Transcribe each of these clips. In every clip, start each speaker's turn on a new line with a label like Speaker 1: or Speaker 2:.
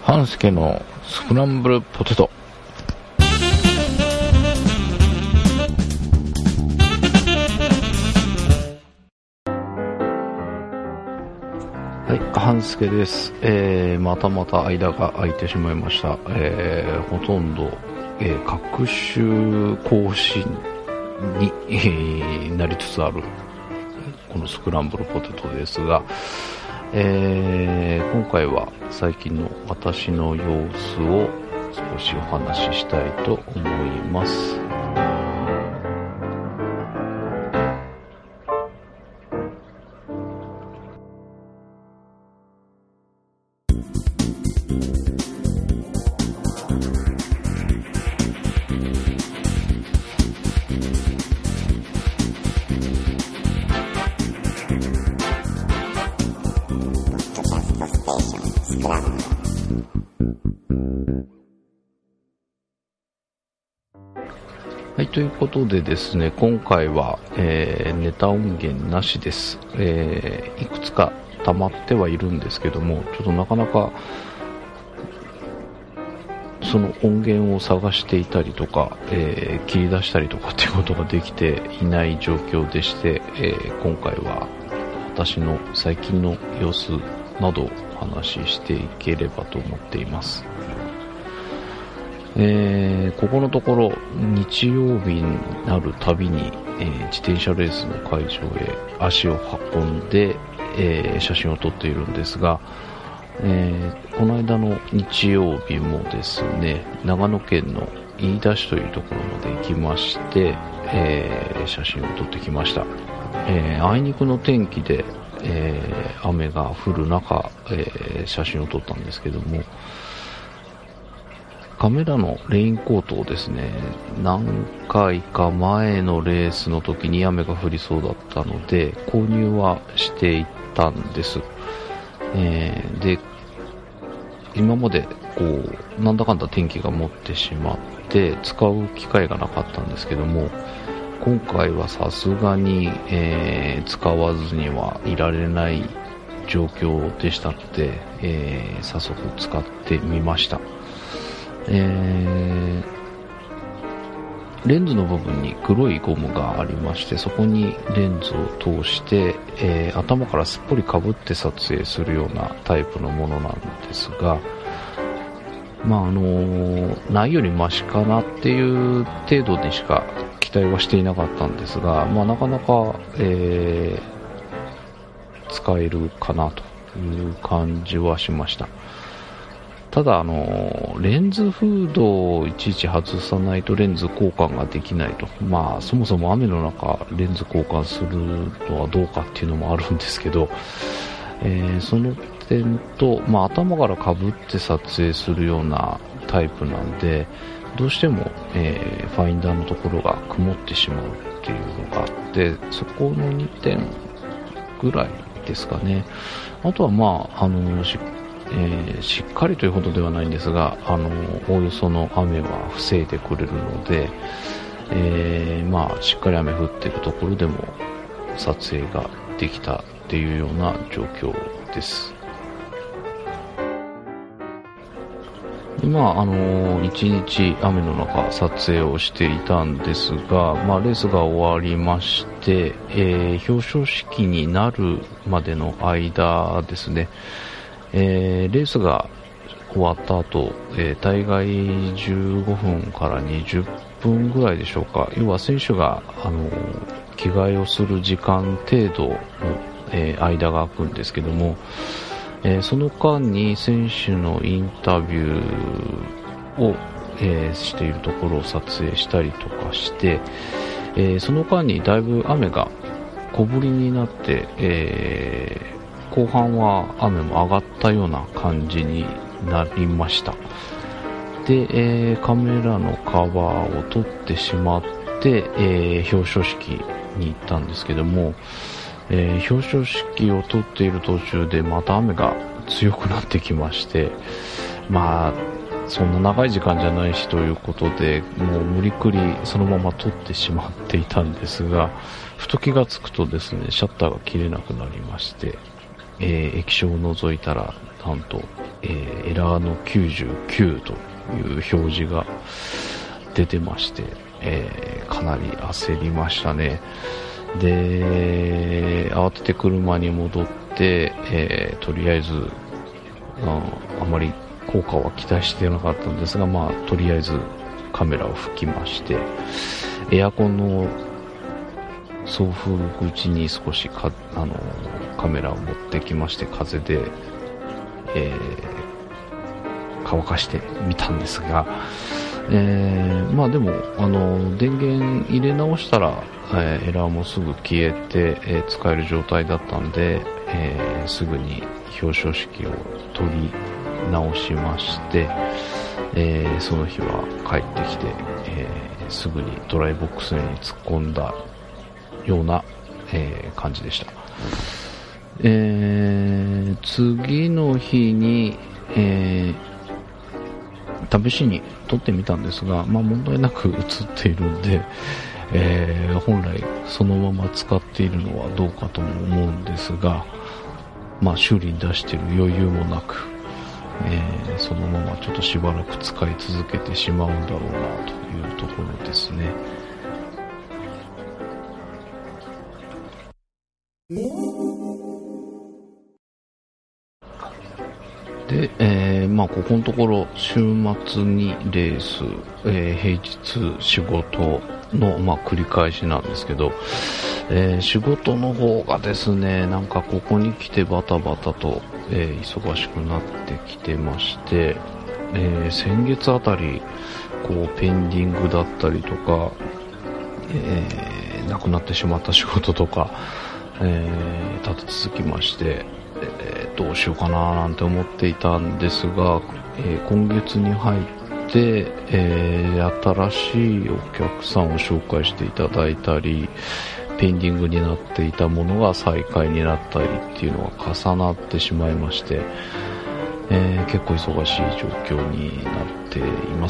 Speaker 1: 半助のスクランブルポテト。はい、半助です。またまた間が空いてしまいました。ほとんど、各種更新に、なりつつあるこのスクランブルポテトですが、今回は最近の私の様子を少しお話ししたいと思います。はい、ということでですね、今回は、ネタ音源なしです。いくつか溜まってはいるんですけども、ちょっとなかなかその音源を探していたりとか、切り出したりとかっていうことができていない状況でして、今回は私の最近の様子などをお話ししていければと思っています。ここのところ日曜日になるたびに、自転車レースの会場へ足を運んで、写真を撮っているんですが、この間の日曜日もですね、長野県の飯田市というところまで行きまして、写真を撮ってきました。あいにくの天気で、雨が降る中、写真を撮ったんですけども、カメラのレインコートをですね、何回か前のレースの時に雨が降りそうだったので購入はしていったんです。で、今までなんだかんだ天気が持ってしまって使う機会がなかったんですけども、今回はさすがに、使わずにはいられない状況でしたので、早速使ってみました。レンズの部分に黒いゴムがありまして、そこにレンズを通して、頭からすっぽりかぶって撮影するようなタイプのものなんですが、ないよりマシかなっていう程度にしか期待はしていなかったんですが、なかなか、使えるかなという感じはしました。ただレンズフードをいちいち外さないとレンズ交換ができないと。そもそも雨の中レンズ交換するのはどうかっていうのもあるんですけど、その点と、頭からかぶって撮影するようなタイプなんで、どうしても、ファインダーのところが曇ってしまうっていうのがあって、そこの2点ぐらいですかね。あとはしっかりというほどではないんですが、おおよその雨は防いでくれるので、しっかり雨降っているところでも撮影ができたっていうような状況です。一日雨の中撮影をしていたんですが、レースが終わりまして、表彰式になるまでの間ですね、レースが終わった後、大概15分から20分ぐらいでしょうか。要は選手が着替えをする時間程度の、間が空くんですけども、その間に選手のインタビューを、しているところを撮影したりとかして、その間にだいぶ雨が小降りになって、後半は雨も上がったような感じになりました。で、カメラのカバーを取ってしまって、表彰式に行ったんですけども、表彰式を撮っている途中でまた雨が強くなってきまして、そんな長い時間じゃないしということで、もう無理くりそのまま撮ってしまっていたんですが、ふと気がつくとですね、シャッターが切れなくなりまして、 液晶を除いたらなんと、エラーの99という表示が出てまして、かなり焦りましたね。で、慌てて車に戻って、とりあえず、あまり効果は期待してなかったんですが、とりあえずカメラを拭きまして、エアコンの送風口に少しカメラを持ってきまして、風で、乾かしてみたんですが、でも電源入れ直したら、エラーもすぐ消えて、使える状態だったんで、すぐに表彰式を取り直しまして、その日は帰ってきて、すぐにドライボックスに突っ込んだような、感じでした。次の日に、試しに撮ってみたんですが、問題なく映っているんで、本来そのまま使っているのはどうかとも思うんですが、修理に出している余裕もなく、そのままちょっとしばらく使い続けてしまうんだろうなというところですね。で、ここのところ週末にレース、平日仕事の、繰り返しなんですけど、仕事の方がですね、なんかここに来てバタバタと、忙しくなってきてまして、先月あたりペンディングだったりとか、なくなってしまった仕事とか、立て続きまして、どうしようかななんて思っていたんですが、今月に入って、新しいお客さんを紹介していただいたり、ペンディングになっていたものが再開になったりっていうのが重なってしまいまして、結構忙しい状況になっています。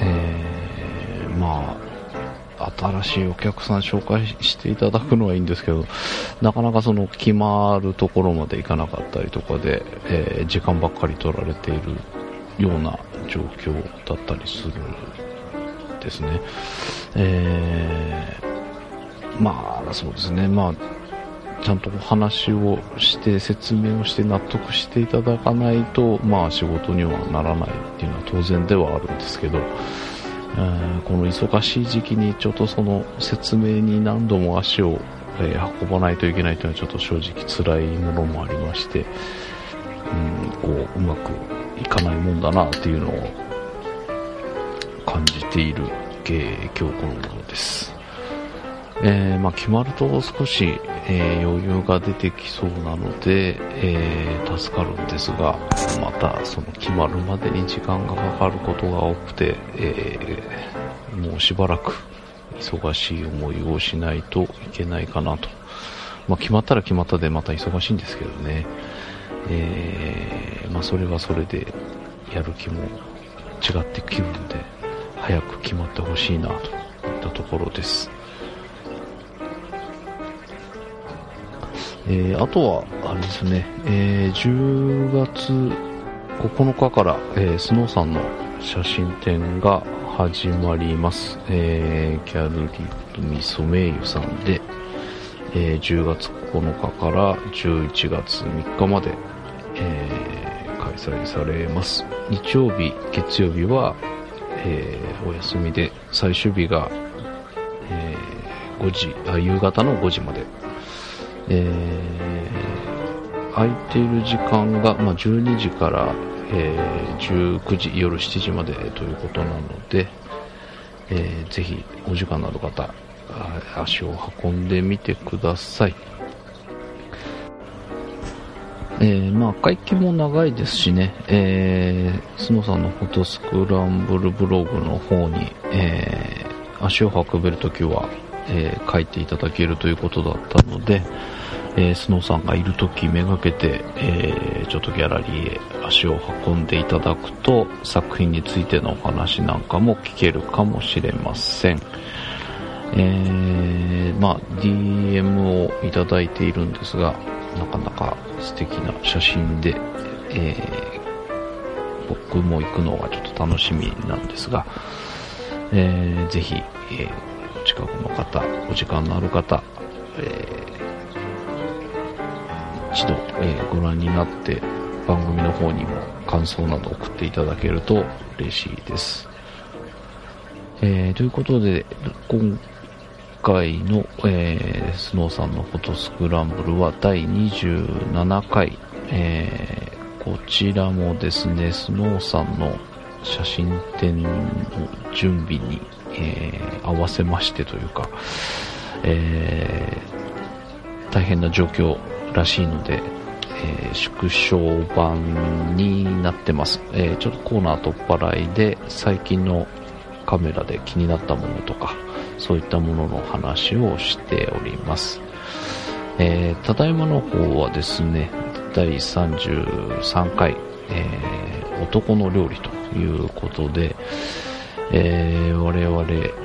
Speaker 1: 新しいお客さん紹介していただくのはいいんですけど、なかなか決まるところまでいかなかったりとかで、時間ばっかり取られているような状況だったりするですね。そうですね。ちゃんと話をして説明をして納得していただかないと、仕事にはならないっていうのは当然ではあるんですけど、この忙しい時期にちょっとその説明に何度も足を、運ばないといけないというのはちょっと正直辛いものもありまして、うまくいかないもんだなっていうのを感じている今日この頃です。決まると少し、余裕が出てきそうなので、助かるんですが、また決まるまでに時間がかかることが多くて、もうしばらく忙しい思いをしないといけないかなと。決まったら決まったでまた忙しいんですけどね、それはそれでやる気も違ってくるんで、早く決まってほしいなといったところです。あとはあれですね、10月9日から、スノーさんの写真展が始まります。キャルリットミソメイユさんで、10月9日から11月3日まで、開催されます。日曜日、月曜日は、お休みで、最終日が、夕方の5時まで。空いている時間が、12時から、19時、夜7時までということなので、ぜひお時間のある方、足を運んでみてください。会期も長いですしね、スノーさんのフォトスクランブルブログの方に、足を運べるときは、書いていただけるということだったので、スノーさんがいるときめがけて、ちょっとギャラリーへ足を運んでいただくと、作品についてのお話なんかも聞けるかもしれません。DM をいただいているんですが、 なかなか素敵な写真で、僕も行くのがちょっと楽しみなんですが、ぜひ、お近くの方、お時間のある方、一度、ご覧になって番組の方にも感想など送っていただけると嬉しいです。ということで今回の、スノーさんのフォトスクランブルは第27回、こちらもですね、スノーさんの写真展の準備に、合わせましてというか、大変な状況らしいので、縮小版になってます。ちょっとコーナー取っ払いで最近のカメラで気になったものとか、そういったものの話をしております。ただいまの方はですね、第33回、男の料理ということで、我々、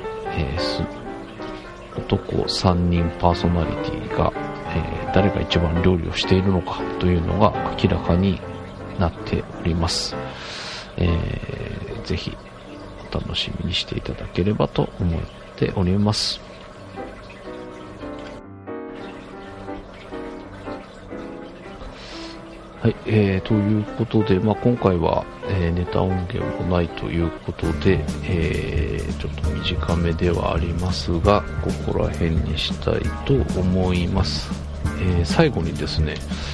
Speaker 1: 男3人パーソナリティが、誰が一番料理をしているのかというのが明らかになっております。ぜひお楽しみにしていただければと思っております。はい、ということで、今回は、ネタ音源もないということで、ちょっと短めではありますが、ここら辺にしたいと思います。最後にですね、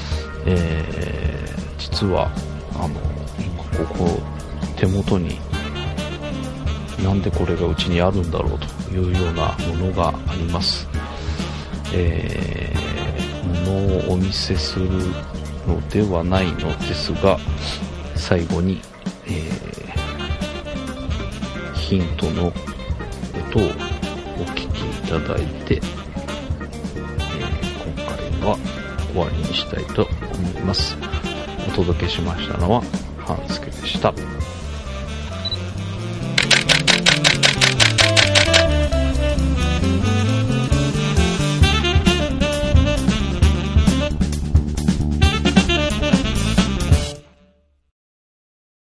Speaker 1: 実は今ここ手元になんでこれがうちにあるんだろうというようなものがあります。ものをお見せするのではないのですが、最後に、ヒントの音をお聞きいただいて、今回は終わりにしたいと思います。お届けしましたのは半助でした。